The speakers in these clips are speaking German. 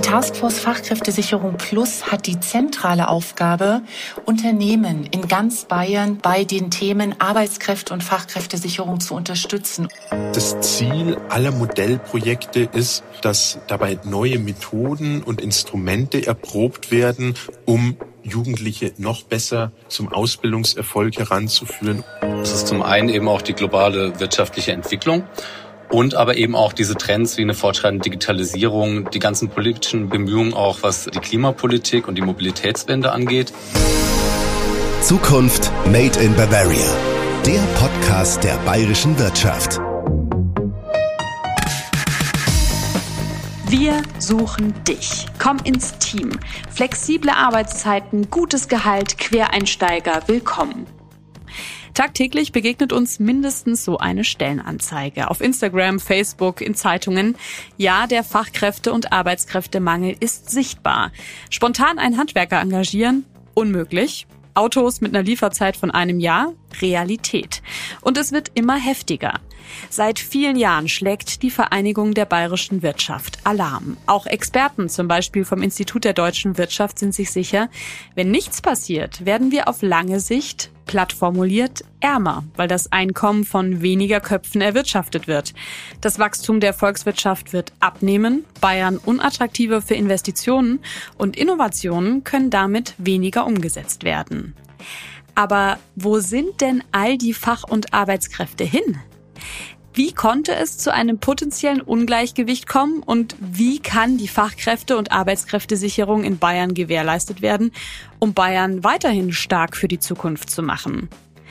Taskforce Fachkräftesicherung Plus hat die zentrale Aufgabe, Unternehmen in ganz Bayern bei den Themen Arbeitskräfte und Fachkräftesicherung zu unterstützen. Das Ziel aller Modellprojekte ist, dass dabei neue Methoden und Instrumente erprobt werden, um Jugendliche noch besser zum Ausbildungserfolg heranzuführen. Das ist zum einen eben auch die globale wirtschaftliche Entwicklung und aber eben auch diese Trends wie eine fortschreitende Digitalisierung, die ganzen politischen Bemühungen auch, was die Klimapolitik und die Mobilitätswende angeht. Zukunft Made in Bavaria, der Podcast der bayerischen Wirtschaft. Wir suchen dich. Komm ins Team. Flexible Arbeitszeiten, gutes Gehalt, Quereinsteiger, willkommen. Tagtäglich begegnet uns mindestens so eine Stellenanzeige. Auf Instagram, Facebook, in Zeitungen. Ja, der Fachkräfte- und Arbeitskräftemangel ist sichtbar. Spontan einen Handwerker engagieren? Unmöglich. Autos mit einer Lieferzeit von einem Jahr? Realität. Und es wird immer heftiger. Seit vielen Jahren schlägt die Vereinigung der bayerischen Wirtschaft Alarm. Auch Experten, zum Beispiel vom Institut der deutschen Wirtschaft, sind sich sicher, wenn nichts passiert, werden wir auf lange Sicht, platt formuliert, ärmer, weil das Einkommen von weniger Köpfen erwirtschaftet wird. Das Wachstum der Volkswirtschaft wird abnehmen, Bayern unattraktiver für Investitionen und Innovationen können damit weniger umgesetzt werden. Aber wo sind denn all die Fach- und Arbeitskräfte hin? Wie konnte es zu einem potenziellen Ungleichgewicht kommen und wie kann die Fachkräfte- und Arbeitskräftesicherung in Bayern gewährleistet werden, um Bayern weiterhin stark für die Zukunft zu machen?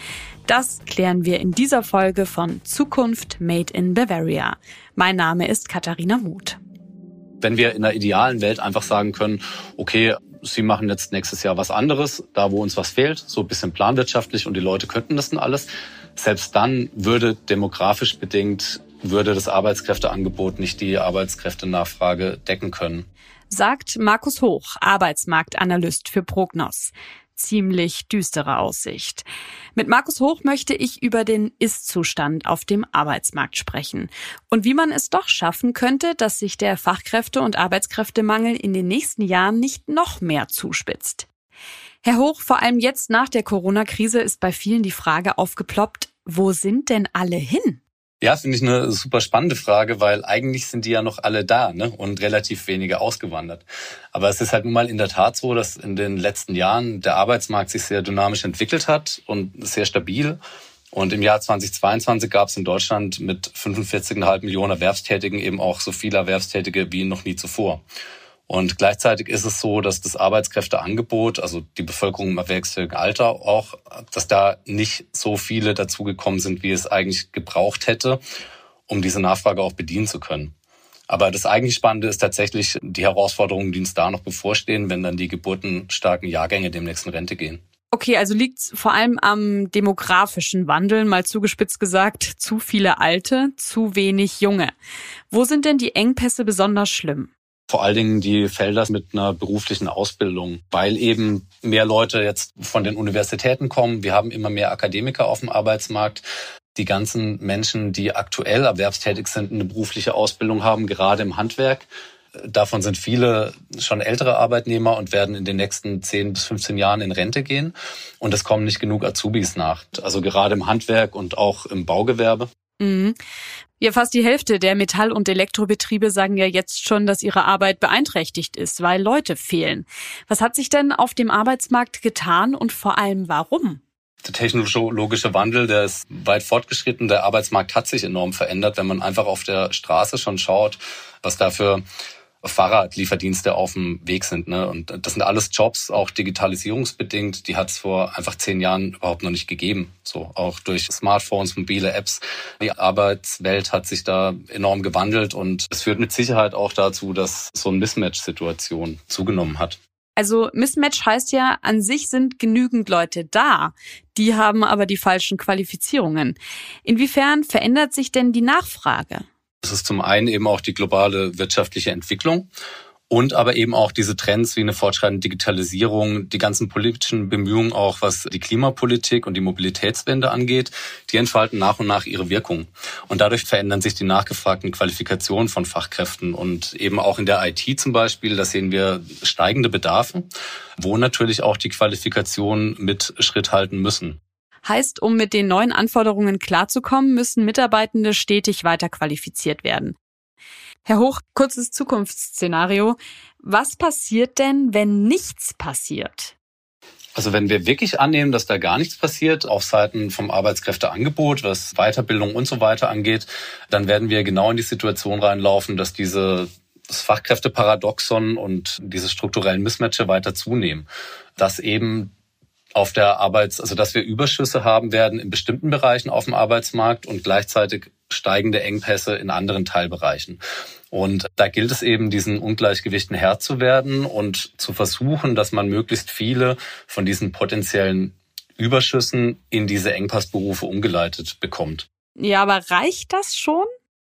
Das klären wir in dieser Folge von Zukunft Made in Bavaria. Mein Name ist Katharina Muth. Wenn wir in einer idealen Welt einfach sagen können, okay, Sie machen jetzt nächstes Jahr was anderes, da wo uns was fehlt, so ein bisschen planwirtschaftlich und die Leute könnten das dann alles. Selbst dann würde demografisch bedingt, würde das Arbeitskräfteangebot nicht die Arbeitskräftenachfrage decken können. Sagt Markus Hoch, Arbeitsmarktanalyst für Prognos. Ziemlich düstere Aussicht. Mit Markus Hoch möchte ich über den Ist-Zustand auf dem Arbeitsmarkt sprechen und wie man es doch schaffen könnte, dass sich der Fachkräfte- und Arbeitskräftemangel in den nächsten Jahren nicht noch mehr zuspitzt. Herr Hoch, vor allem jetzt nach der Corona-Krise ist bei vielen die Frage aufgeploppt, wo sind denn alle hin? Ja, finde ich eine super spannende Frage, weil eigentlich sind die ja noch alle da, ne, und relativ wenige ausgewandert. Aber es ist halt nun mal in der Tat so, dass in den letzten Jahren der Arbeitsmarkt sich sehr dynamisch entwickelt hat und sehr stabil. Und im Jahr 2022 gab es in Deutschland mit 45,5 Millionen Erwerbstätigen eben auch so viele Erwerbstätige wie noch nie zuvor. Und gleichzeitig ist es so, dass das Arbeitskräfteangebot, also die Bevölkerung im erwerbsfähigen Alter auch, dass da nicht so viele dazugekommen sind, wie es eigentlich gebraucht hätte, um diese Nachfrage auch bedienen zu können. Aber das eigentlich Spannende ist tatsächlich die Herausforderungen, die uns da noch bevorstehen, wenn dann die geburtenstarken Jahrgänge demnächst in Rente gehen. Okay, also liegt es vor allem am demografischen Wandel, mal zugespitzt gesagt, zu viele Alte, zu wenig Junge. Wo sind denn die Engpässe besonders schlimm? Vor allen Dingen die Felder mit einer beruflichen Ausbildung, weil eben mehr Leute jetzt von den Universitäten kommen. Wir haben immer mehr Akademiker auf dem Arbeitsmarkt. Die ganzen Menschen, die aktuell erwerbstätig sind, eine berufliche Ausbildung haben, gerade im Handwerk. Davon sind viele schon ältere Arbeitnehmer und werden in den nächsten 10 bis 15 Jahren in Rente gehen. Und es kommen nicht genug Azubis nach. Also gerade im Handwerk und auch im Baugewerbe. Mhm. Ja, fast die Hälfte der Metall- und Elektrobetriebe sagen ja jetzt schon, dass ihre Arbeit beeinträchtigt ist, weil Leute fehlen. Was hat sich denn auf dem Arbeitsmarkt getan und vor allem warum? Der technologische Wandel, der ist weit fortgeschritten. Der Arbeitsmarkt hat sich enorm verändert, wenn man einfach auf der Straße schon schaut, was da für Fahrradlieferdienste auf dem Weg sind, ne? Und das sind alles Jobs, auch digitalisierungsbedingt, die hat es vor einfach 10 Jahren überhaupt noch nicht gegeben. So, auch durch Smartphones, mobile Apps. Die Arbeitswelt hat sich da enorm gewandelt und es führt mit Sicherheit auch dazu, dass so eine Mismatch-Situation zugenommen hat. Also Mismatch heißt ja, an sich sind genügend Leute da, die haben aber die falschen Qualifizierungen. Inwiefern verändert sich denn die Nachfrage? Das ist zum einen eben auch die globale wirtschaftliche Entwicklung Und aber eben auch diese Trends wie eine fortschreitende Digitalisierung, die ganzen politischen Bemühungen auch, was die Klimapolitik und die Mobilitätswende angeht, die entfalten nach und nach ihre Wirkung. Und dadurch verändern sich die nachgefragten Qualifikationen von Fachkräften. Und eben auch in der IT zum Beispiel, da sehen wir steigende Bedarfe, wo natürlich auch die Qualifikationen mit Schritt halten müssen. Heißt, um mit den neuen Anforderungen klarzukommen, müssen Mitarbeitende stetig weiter qualifiziert werden. Herr Hoch, kurzes Zukunftsszenario. Was passiert denn, wenn nichts passiert? Also wenn wir wirklich annehmen, dass da gar nichts passiert, auf Seiten vom Arbeitskräfteangebot, was Weiterbildung und so weiter angeht, dann werden wir genau in die Situation reinlaufen, dass das Fachkräfteparadoxon und diese strukturellen Mismatche weiter zunehmen. Dass eben auf der dass wir Überschüsse haben werden in bestimmten Bereichen auf dem Arbeitsmarkt und gleichzeitig steigende Engpässe in anderen Teilbereichen. Und da gilt es eben, diesen Ungleichgewichten Herr zu werden und zu versuchen, dass man möglichst viele von diesen potenziellen Überschüssen in diese Engpassberufe umgeleitet bekommt. Ja, aber reicht das schon?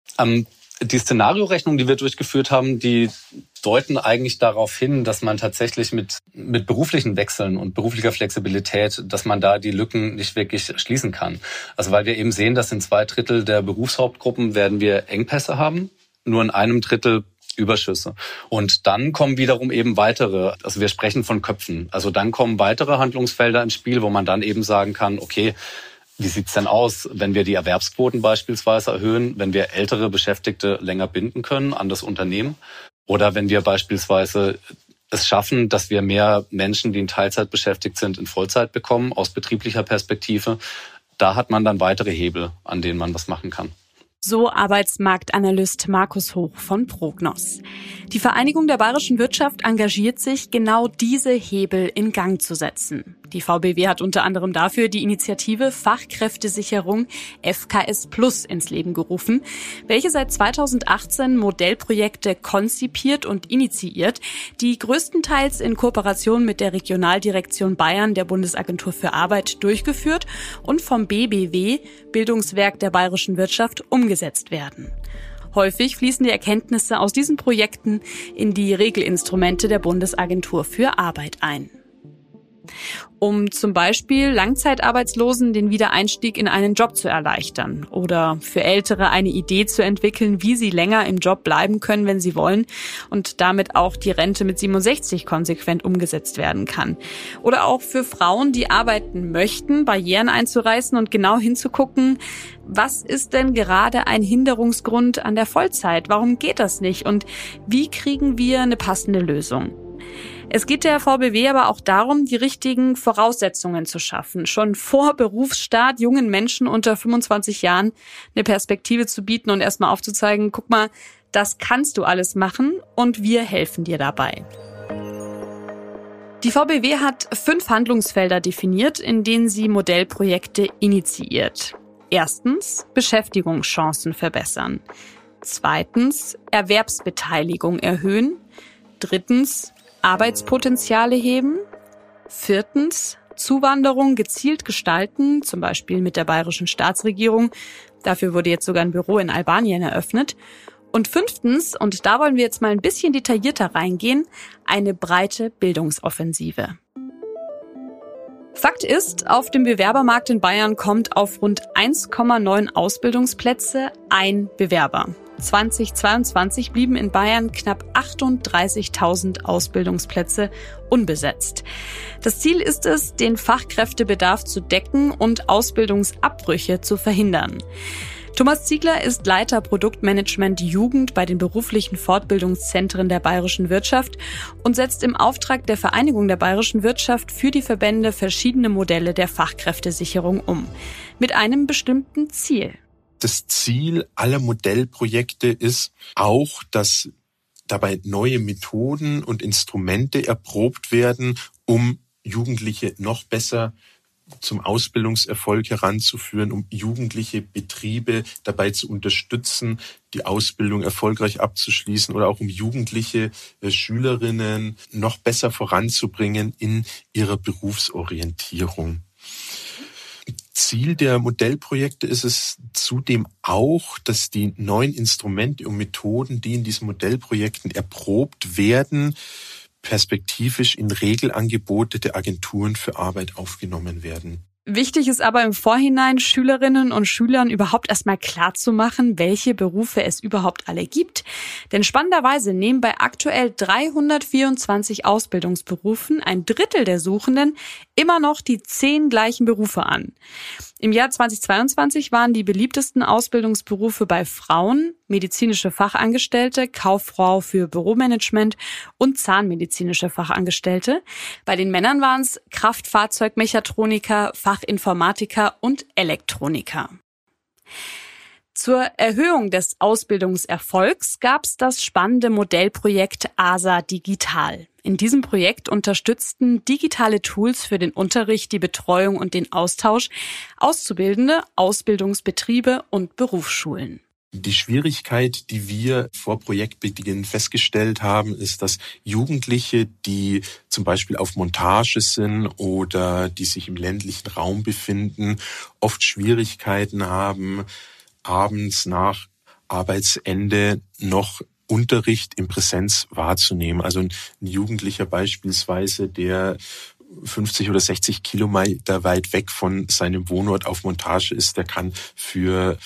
Die Szenariorechnungen, die wir durchgeführt haben, die deuten eigentlich darauf hin, dass man tatsächlich mit beruflichen Wechseln und beruflicher Flexibilität, dass man da die Lücken nicht wirklich schließen kann. Also weil wir eben sehen, dass in 2/3 der Berufshauptgruppen werden wir Engpässe haben, nur in 1/3 Überschüsse. Und dann kommen wiederum eben weitere, also wir sprechen von Köpfen, also dann kommen weitere Handlungsfelder ins Spiel, wo man dann eben sagen kann, okay, wie sieht's denn aus, wenn wir die Erwerbsquoten beispielsweise erhöhen, wenn wir ältere Beschäftigte länger binden können an das Unternehmen oder wenn wir beispielsweise es schaffen, dass wir mehr Menschen, die in Teilzeit beschäftigt sind, in Vollzeit bekommen aus betrieblicher Perspektive. Da hat man dann weitere Hebel, an denen man was machen kann. So Arbeitsmarktanalyst Markus Hoch von Prognos. Die Vereinigung der bayerischen Wirtschaft engagiert sich, genau diese Hebel in Gang zu setzen. Die VBW hat unter anderem dafür die Initiative Fachkräftesicherung FKS Plus ins Leben gerufen, welche seit 2018 Modellprojekte konzipiert und initiiert, die größtenteils in Kooperation mit der Regionaldirektion Bayern der Bundesagentur für Arbeit durchgeführt und vom BBW, Bildungswerk der bayerischen Wirtschaft, umgesetzt werden. Häufig fließen die Erkenntnisse aus diesen Projekten in die Regelinstrumente der Bundesagentur für Arbeit ein. Um zum Beispiel Langzeitarbeitslosen den Wiedereinstieg in einen Job zu erleichtern oder für Ältere eine Idee zu entwickeln, wie sie länger im Job bleiben können, wenn sie wollen und damit auch die Rente mit 67 konsequent umgesetzt werden kann. Oder auch für Frauen, die arbeiten möchten, Barrieren einzureißen und genau hinzugucken, was ist denn gerade ein Hinderungsgrund an der Vollzeit? Warum geht das nicht? Und wie kriegen wir eine passende Lösung? Es geht der VBW aber auch darum, die richtigen Voraussetzungen zu schaffen, schon vor Berufsstart jungen Menschen unter 25 Jahren eine Perspektive zu bieten und erstmal aufzuzeigen, guck mal, das kannst du alles machen und wir helfen dir dabei. Die VBW hat 5 Handlungsfelder definiert, in denen sie Modellprojekte initiiert. Erstens, Beschäftigungschancen verbessern. Zweitens, Erwerbsbeteiligung erhöhen. Drittens, Arbeitspotenziale heben. Viertens, Zuwanderung gezielt gestalten, zum Beispiel mit der bayerischen Staatsregierung. Dafür wurde jetzt sogar ein Büro in Albanien eröffnet. Und 5, und da wollen wir jetzt mal ein bisschen detaillierter reingehen, eine breite Bildungsoffensive. Fakt ist, auf dem Bewerbermarkt in Bayern kommt auf rund 1,9 Ausbildungsplätze ein Bewerber. 2022 blieben in Bayern knapp 38.000 Ausbildungsplätze unbesetzt. Das Ziel ist es, den Fachkräftebedarf zu decken und Ausbildungsabbrüche zu verhindern. Thomas Ziegler ist Leiter Produktmanagement Jugend bei den beruflichen Fortbildungszentren der bayerischen Wirtschaft und setzt im Auftrag der Vereinigung der bayerischen Wirtschaft für die Verbände verschiedene Modelle der Fachkräftesicherung um. Mit einem bestimmten Ziel. Das Ziel aller Modellprojekte ist auch, dass dabei neue Methoden und Instrumente erprobt werden, um Jugendliche noch besser zum Ausbildungserfolg heranzuführen, um jugendliche Betriebe dabei zu unterstützen, die Ausbildung erfolgreich abzuschließen oder auch um jugendliche Schülerinnen noch besser voranzubringen in ihrer Berufsorientierung. Ziel der Modellprojekte ist es zudem auch, dass die neuen Instrumente und Methoden, die in diesen Modellprojekten erprobt werden, perspektivisch in Regelangebote der Agenturen für Arbeit aufgenommen werden. Wichtig ist aber im Vorhinein, Schülerinnen und Schülern überhaupt erstmal klarzumachen, welche Berufe es überhaupt alle gibt. Denn spannenderweise nehmen bei aktuell 324 Ausbildungsberufen ein Drittel der Suchenden immer noch die 10 gleichen Berufe an. Im Jahr 2022 waren die beliebtesten Ausbildungsberufe bei Frauen medizinische Fachangestellte, Kauffrau für Büromanagement und zahnmedizinische Fachangestellte. Bei den Männern waren es Kraftfahrzeugmechatroniker, Fachinformatiker und Elektroniker. Zur Erhöhung des Ausbildungserfolgs gab es das spannende Modellprojekt ASA Digital. In diesem Projekt unterstützten digitale Tools für den Unterricht, die Betreuung und den Austausch Auszubildende, Ausbildungsbetriebe und Berufsschulen. Die Schwierigkeit, die wir vor Projektbeginn festgestellt haben, ist, dass Jugendliche, die zum Beispiel auf Montage sind oder die sich im ländlichen Raum befinden, oft Schwierigkeiten haben, abends nach Arbeitsende noch Unterricht in Präsenz wahrzunehmen. Also ein Jugendlicher beispielsweise, der 50 oder 60 Kilometer weit weg von seinem Wohnort auf Montage ist, der kann für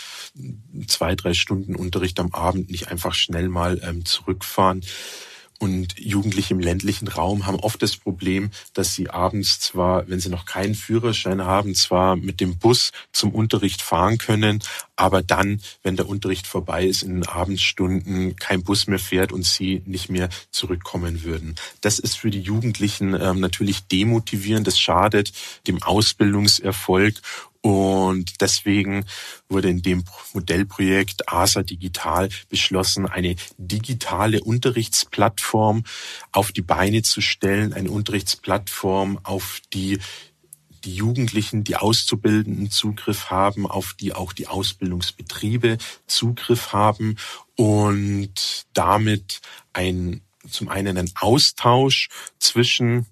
2-3 Stunden Unterricht am Abend nicht einfach schnell mal zurückfahren. Und Jugendliche im ländlichen Raum haben oft das Problem, dass sie abends zwar, wenn sie noch keinen Führerschein haben, zwar mit dem Bus zum Unterricht fahren können, aber dann, wenn der Unterricht vorbei ist, in den Abendstunden kein Bus mehr fährt und sie nicht mehr zurückkommen würden. Das ist für die Jugendlichen natürlich demotivierend, das schadet dem Ausbildungserfolg. Und deswegen wurde in dem Modellprojekt ASA Digital beschlossen, eine digitale Unterrichtsplattform auf die Beine zu stellen, eine Unterrichtsplattform, auf die die Jugendlichen, die Auszubildenden Zugriff haben, auf die auch die Ausbildungsbetriebe Zugriff haben und damit zum einen ein Austausch zwischen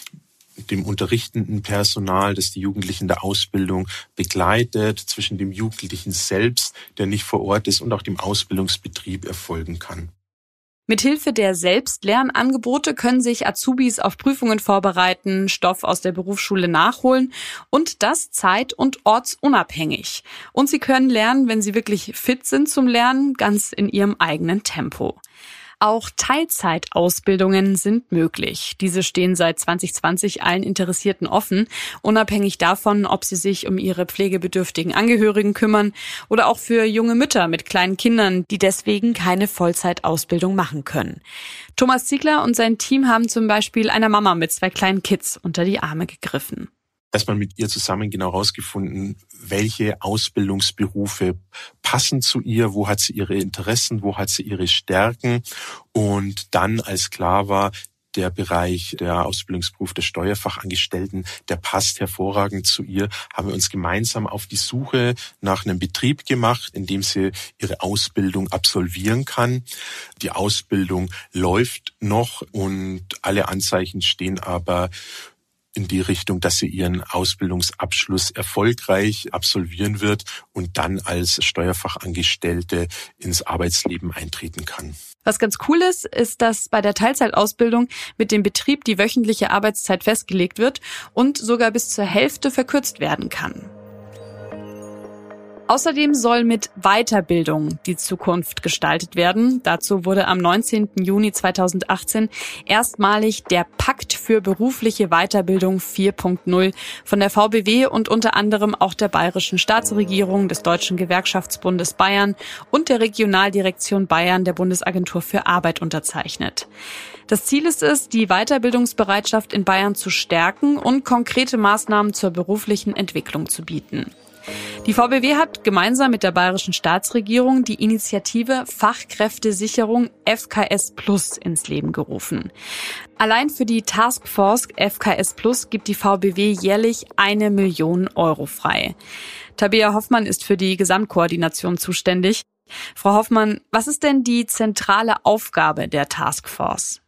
dem unterrichtenden Personal, das die Jugendlichen in der Ausbildung begleitet, zwischen dem Jugendlichen selbst, der nicht vor Ort ist, und auch dem Ausbildungsbetrieb erfolgen kann. Mithilfe der Selbstlernangebote können sich Azubis auf Prüfungen vorbereiten, Stoff aus der Berufsschule nachholen und das zeit- und ortsunabhängig. Und sie können lernen, wenn sie wirklich fit sind zum Lernen, ganz in ihrem eigenen Tempo. Auch Teilzeitausbildungen sind möglich. Diese stehen seit 2020 allen Interessierten offen, unabhängig davon, ob sie sich um ihre pflegebedürftigen Angehörigen kümmern oder auch für junge Mütter mit kleinen Kindern, die deswegen keine Vollzeitausbildung machen können. Thomas Ziegler und sein Team haben zum Beispiel einer Mama mit 2 kleinen Kids unter die Arme gegriffen. Erstmal mit ihr zusammen genau herausgefunden, welche Ausbildungsberufe passen zu ihr, wo hat sie ihre Interessen, wo hat sie ihre Stärken. Und dann, als klar war, der Bereich der Ausbildungsberuf der Steuerfachangestellten, der passt hervorragend zu ihr, haben wir uns gemeinsam auf die Suche nach einem Betrieb gemacht, in dem sie ihre Ausbildung absolvieren kann. Die Ausbildung läuft noch und alle Anzeichen stehen aber in die Richtung, dass sie ihren Ausbildungsabschluss erfolgreich absolvieren wird und dann als Steuerfachangestellte ins Arbeitsleben eintreten kann. Was ganz cool ist, dass bei der Teilzeitausbildung mit dem Betrieb die wöchentliche Arbeitszeit festgelegt wird und sogar bis zur Hälfte verkürzt werden kann. Außerdem soll mit Weiterbildung die Zukunft gestaltet werden. Dazu wurde am 19. Juni 2018 erstmalig der Pakt für berufliche Weiterbildung 4.0 von der VBW und unter anderem auch der Bayerischen Staatsregierung, des Deutschen Gewerkschaftsbundes Bayern und der Regionaldirektion Bayern der Bundesagentur für Arbeit unterzeichnet. Das Ziel ist es, die Weiterbildungsbereitschaft in Bayern zu stärken und konkrete Maßnahmen zur beruflichen Entwicklung zu bieten. Die VBW hat gemeinsam mit der Bayerischen Staatsregierung die Initiative Fachkräftesicherung FKS Plus ins Leben gerufen. Allein für die Taskforce FKS Plus gibt die VBW jährlich 1 Million Euro frei. Tabea Hoffmann ist für die Gesamtkoordination zuständig. Frau Hoffmann, was ist denn die zentrale Aufgabe der Taskforce?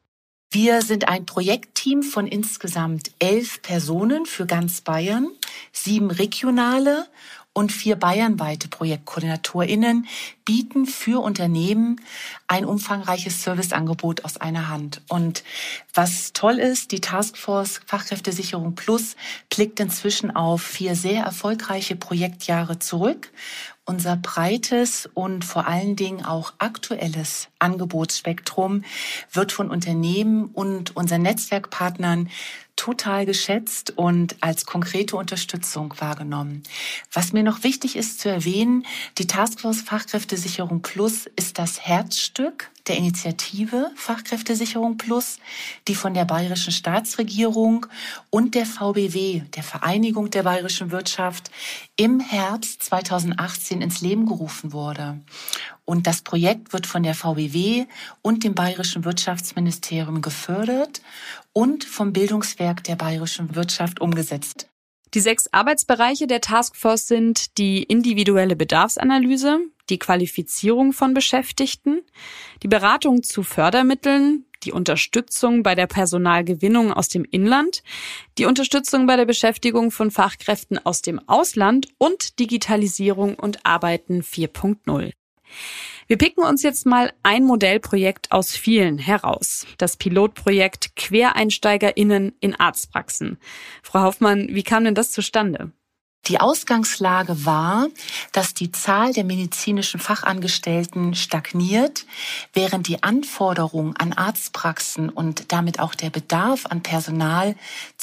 Wir sind ein Projektteam von insgesamt 11 Personen für ganz Bayern, 7 regionale und 4 bayernweite ProjektkoordinatorInnen bieten für Unternehmen ein umfangreiches Serviceangebot aus einer Hand. Und was toll ist, die Taskforce Fachkräftesicherung Plus blickt inzwischen auf 4 sehr erfolgreiche Projektjahre zurück. Unser breites und vor allen Dingen auch aktuelles Angebotsspektrum wird von Unternehmen und unseren Netzwerkpartnern total geschätzt und als konkrete Unterstützung wahrgenommen. Was mir noch wichtig ist zu erwähnen, die Taskforce Fachkräftesicherung Plus ist das Herzstück der Initiative Fachkräftesicherung Plus, die von der Bayerischen Staatsregierung und der VBW, der Vereinigung der Bayerischen Wirtschaft, im Herbst 2018 ins Leben gerufen wurde. Und das Projekt wird von der VBW und dem Bayerischen Wirtschaftsministerium gefördert und vom Bildungswerk der Bayerischen Wirtschaft umgesetzt. Die 6 Arbeitsbereiche der Taskforce sind die individuelle Bedarfsanalyse, die Qualifizierung von Beschäftigten, die Beratung zu Fördermitteln, die Unterstützung bei der Personalgewinnung aus dem Inland, die Unterstützung bei der Beschäftigung von Fachkräften aus dem Ausland und Digitalisierung und Arbeiten 4.0. Wir picken uns jetzt mal ein Modellprojekt aus vielen heraus. Das Pilotprojekt QuereinsteigerInnen in Arztpraxen. Frau Hoffmann, wie kam denn das zustande? Die Ausgangslage war, dass die Zahl der medizinischen Fachangestellten stagniert, während die Anforderungen an Arztpraxen und damit auch der Bedarf an Personal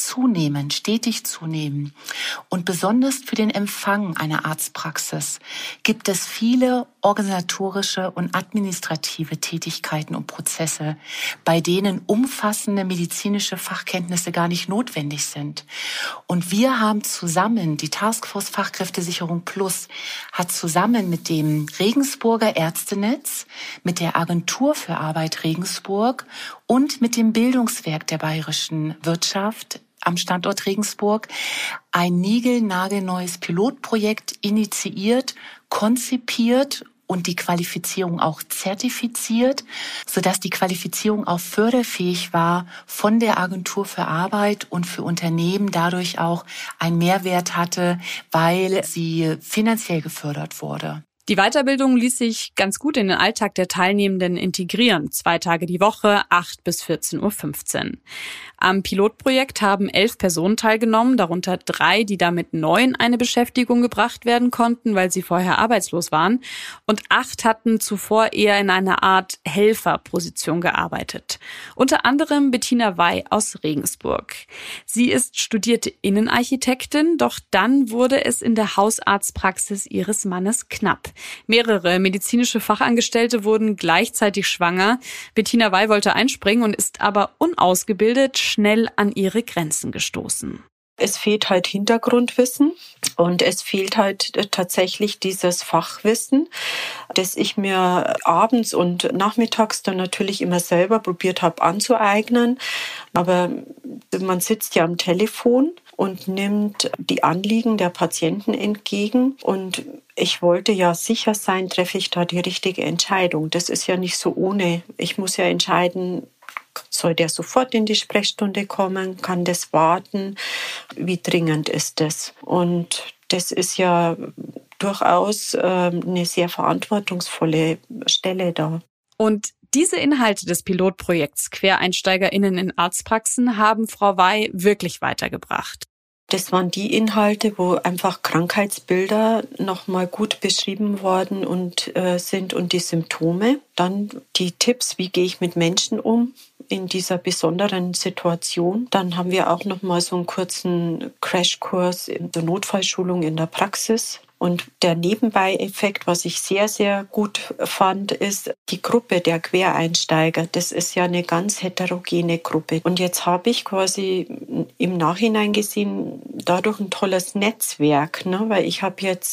stetig zunehmen. Und besonders für den Empfang einer Arztpraxis gibt es viele organisatorische und administrative Tätigkeiten und Prozesse, bei denen umfassende medizinische Fachkenntnisse gar nicht notwendig sind. Und wir haben zusammen, die Taskforce Fachkräftesicherung Plus hat zusammen mit dem Regensburger Ärztenetz, mit der Agentur für Arbeit Regensburg und mit dem Bildungswerk der Bayerischen Wirtschaft am Standort Regensburg ein niegelnagelneues Pilotprojekt initiiert, konzipiert und die Qualifizierung auch zertifiziert, sodass die Qualifizierung auch förderfähig war von der Agentur für Arbeit und für Unternehmen dadurch auch einen Mehrwert hatte, weil sie finanziell gefördert wurde. Die Weiterbildung ließ sich ganz gut in den Alltag der Teilnehmenden integrieren. 2 Tage die Woche, 8 bis 14.15 Uhr. Am Pilotprojekt haben 11 Personen teilgenommen, darunter 3, die damit neu in eine Beschäftigung gebracht werden konnten, weil sie vorher arbeitslos waren. Und 8 hatten zuvor eher in einer Art Helferposition gearbeitet. Unter anderem Bettina Wey aus Regensburg. Sie ist studierte Innenarchitektin, doch dann wurde es in der Hausarztpraxis ihres Mannes knapp. Mehrere medizinische Fachangestellte wurden gleichzeitig schwanger. Bettina Wey wollte einspringen und ist aber unausgebildet schnell an ihre Grenzen gestoßen. Es fehlt halt Hintergrundwissen und es fehlt halt tatsächlich dieses Fachwissen, das ich mir abends und nachmittags dann natürlich immer selber probiert habe anzueignen. Aber man sitzt ja am Telefon und nimmt die Anliegen der Patienten entgegen. Und ich wollte ja sicher sein, treffe ich da die richtige Entscheidung. Das ist ja nicht so ohne. Ich muss ja entscheiden, soll der sofort in die Sprechstunde kommen? Kann das warten? Wie dringend ist das? Und das ist ja durchaus eine sehr verantwortungsvolle Stelle da. Und diese Inhalte des Pilotprojekts QuereinsteigerInnen in Arztpraxen haben Frau Wey wirklich weitergebracht. Das waren die Inhalte, wo einfach Krankheitsbilder nochmal gut beschrieben worden sind und die Symptome. Dann die Tipps, wie gehe ich mit Menschen um in dieser besonderen Situation. Dann haben wir auch nochmal so einen kurzen Crashkurs in der Notfallschulung in der Praxis. Und der Nebenbei-Effekt, was ich sehr, sehr gut fand, ist die Gruppe der Quereinsteiger. Das ist ja eine ganz heterogene Gruppe. Und jetzt habe ich quasi im Nachhinein gesehen, dadurch ein tolles Netzwerk, ne? Weil ich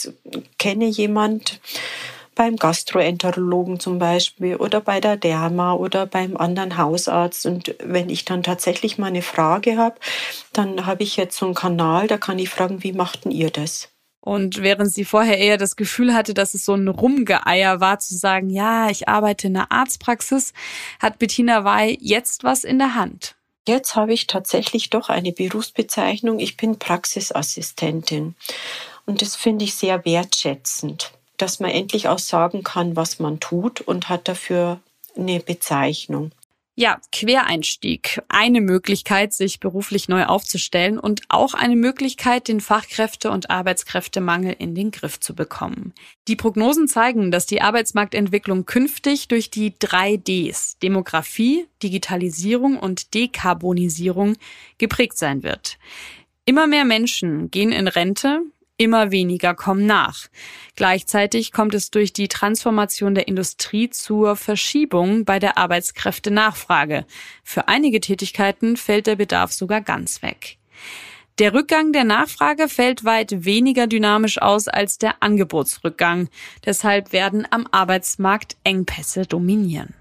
kenne jemand beim Gastroenterologen zum Beispiel oder bei der Derma oder beim anderen Hausarzt. Und wenn ich dann tatsächlich mal eine Frage habe, dann habe ich jetzt so einen Kanal, da kann ich fragen, wie macht denn ihr das? Und während sie vorher eher das Gefühl hatte, dass es so ein Rumgeeier war, zu sagen, ja, ich arbeite in einer Arztpraxis, hat Bettina Wey jetzt was in der Hand. Jetzt habe ich tatsächlich doch eine Berufsbezeichnung. Ich bin Praxisassistentin. Und das finde ich sehr wertschätzend, dass man endlich auch sagen kann, was man tut und hat dafür eine Bezeichnung. Ja, Quereinstieg. Eine Möglichkeit, sich beruflich neu aufzustellen und auch eine Möglichkeit, den Fachkräfte- und Arbeitskräftemangel in den Griff zu bekommen. Die Prognosen zeigen, dass die Arbeitsmarktentwicklung künftig durch die 3 Ds, Demografie, Digitalisierung und Dekarbonisierung, geprägt sein wird. Immer mehr Menschen gehen in Rente, immer weniger kommen nach. Gleichzeitig kommt es durch die Transformation der Industrie zur Verschiebung bei der Arbeitskräftenachfrage. Für einige Tätigkeiten fällt der Bedarf sogar ganz weg. Der Rückgang der Nachfrage fällt weit weniger dynamisch aus als der Angebotsrückgang. Deshalb werden am Arbeitsmarkt Engpässe dominieren.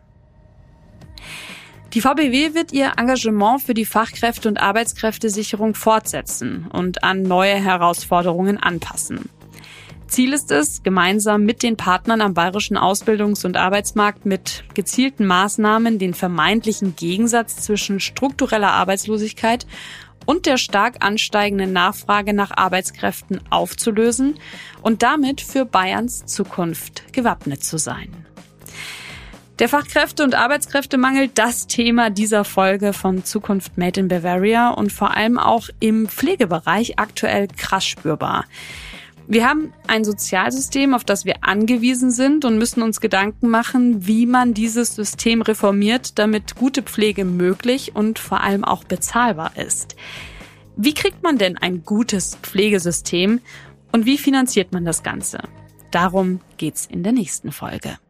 Die VBW wird ihr Engagement für die Fachkräfte- und Arbeitskräftesicherung fortsetzen und an neue Herausforderungen anpassen. Ziel ist es, gemeinsam mit den Partnern am bayerischen Ausbildungs- und Arbeitsmarkt mit gezielten Maßnahmen den vermeintlichen Gegensatz zwischen struktureller Arbeitslosigkeit und der stark ansteigenden Nachfrage nach Arbeitskräften aufzulösen und damit für Bayerns Zukunft gewappnet zu sein. Der Fachkräfte- und Arbeitskräftemangel, das Thema dieser Folge von Zukunft Made in Bavaria und vor allem auch im Pflegebereich aktuell krass spürbar. Wir haben ein Sozialsystem, auf das wir angewiesen sind und müssen uns Gedanken machen, wie man dieses System reformiert, damit gute Pflege möglich und vor allem auch bezahlbar ist. Wie kriegt man denn ein gutes Pflegesystem und wie finanziert man das Ganze? Darum geht's in der nächsten Folge.